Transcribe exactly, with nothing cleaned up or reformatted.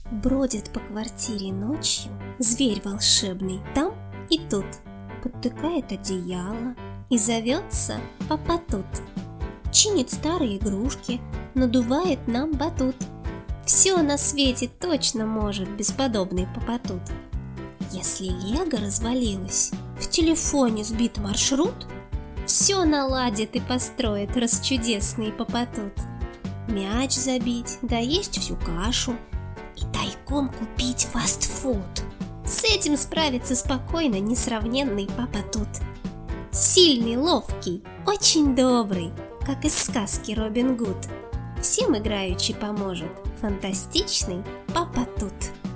Бродит по квартире ночью зверь волшебный там и тут, подтыкает одеяло и зовется Папа Тут. Чинит старые игрушки, надувает нам батут. Все на свете точно может бесподобный Папа Тут. Если лего развалилось, в телефоне сбит маршрут, все наладит и построит расчудесный Папа Тут. Мяч забить, доесть всю кашу и тайком купить фастфуд. С этим справится спокойно несравненный Папа Тут. Сильный, ловкий, очень добрый, как из сказки Робин Гуд. Всем играючи поможет фантастичный Папа Тут.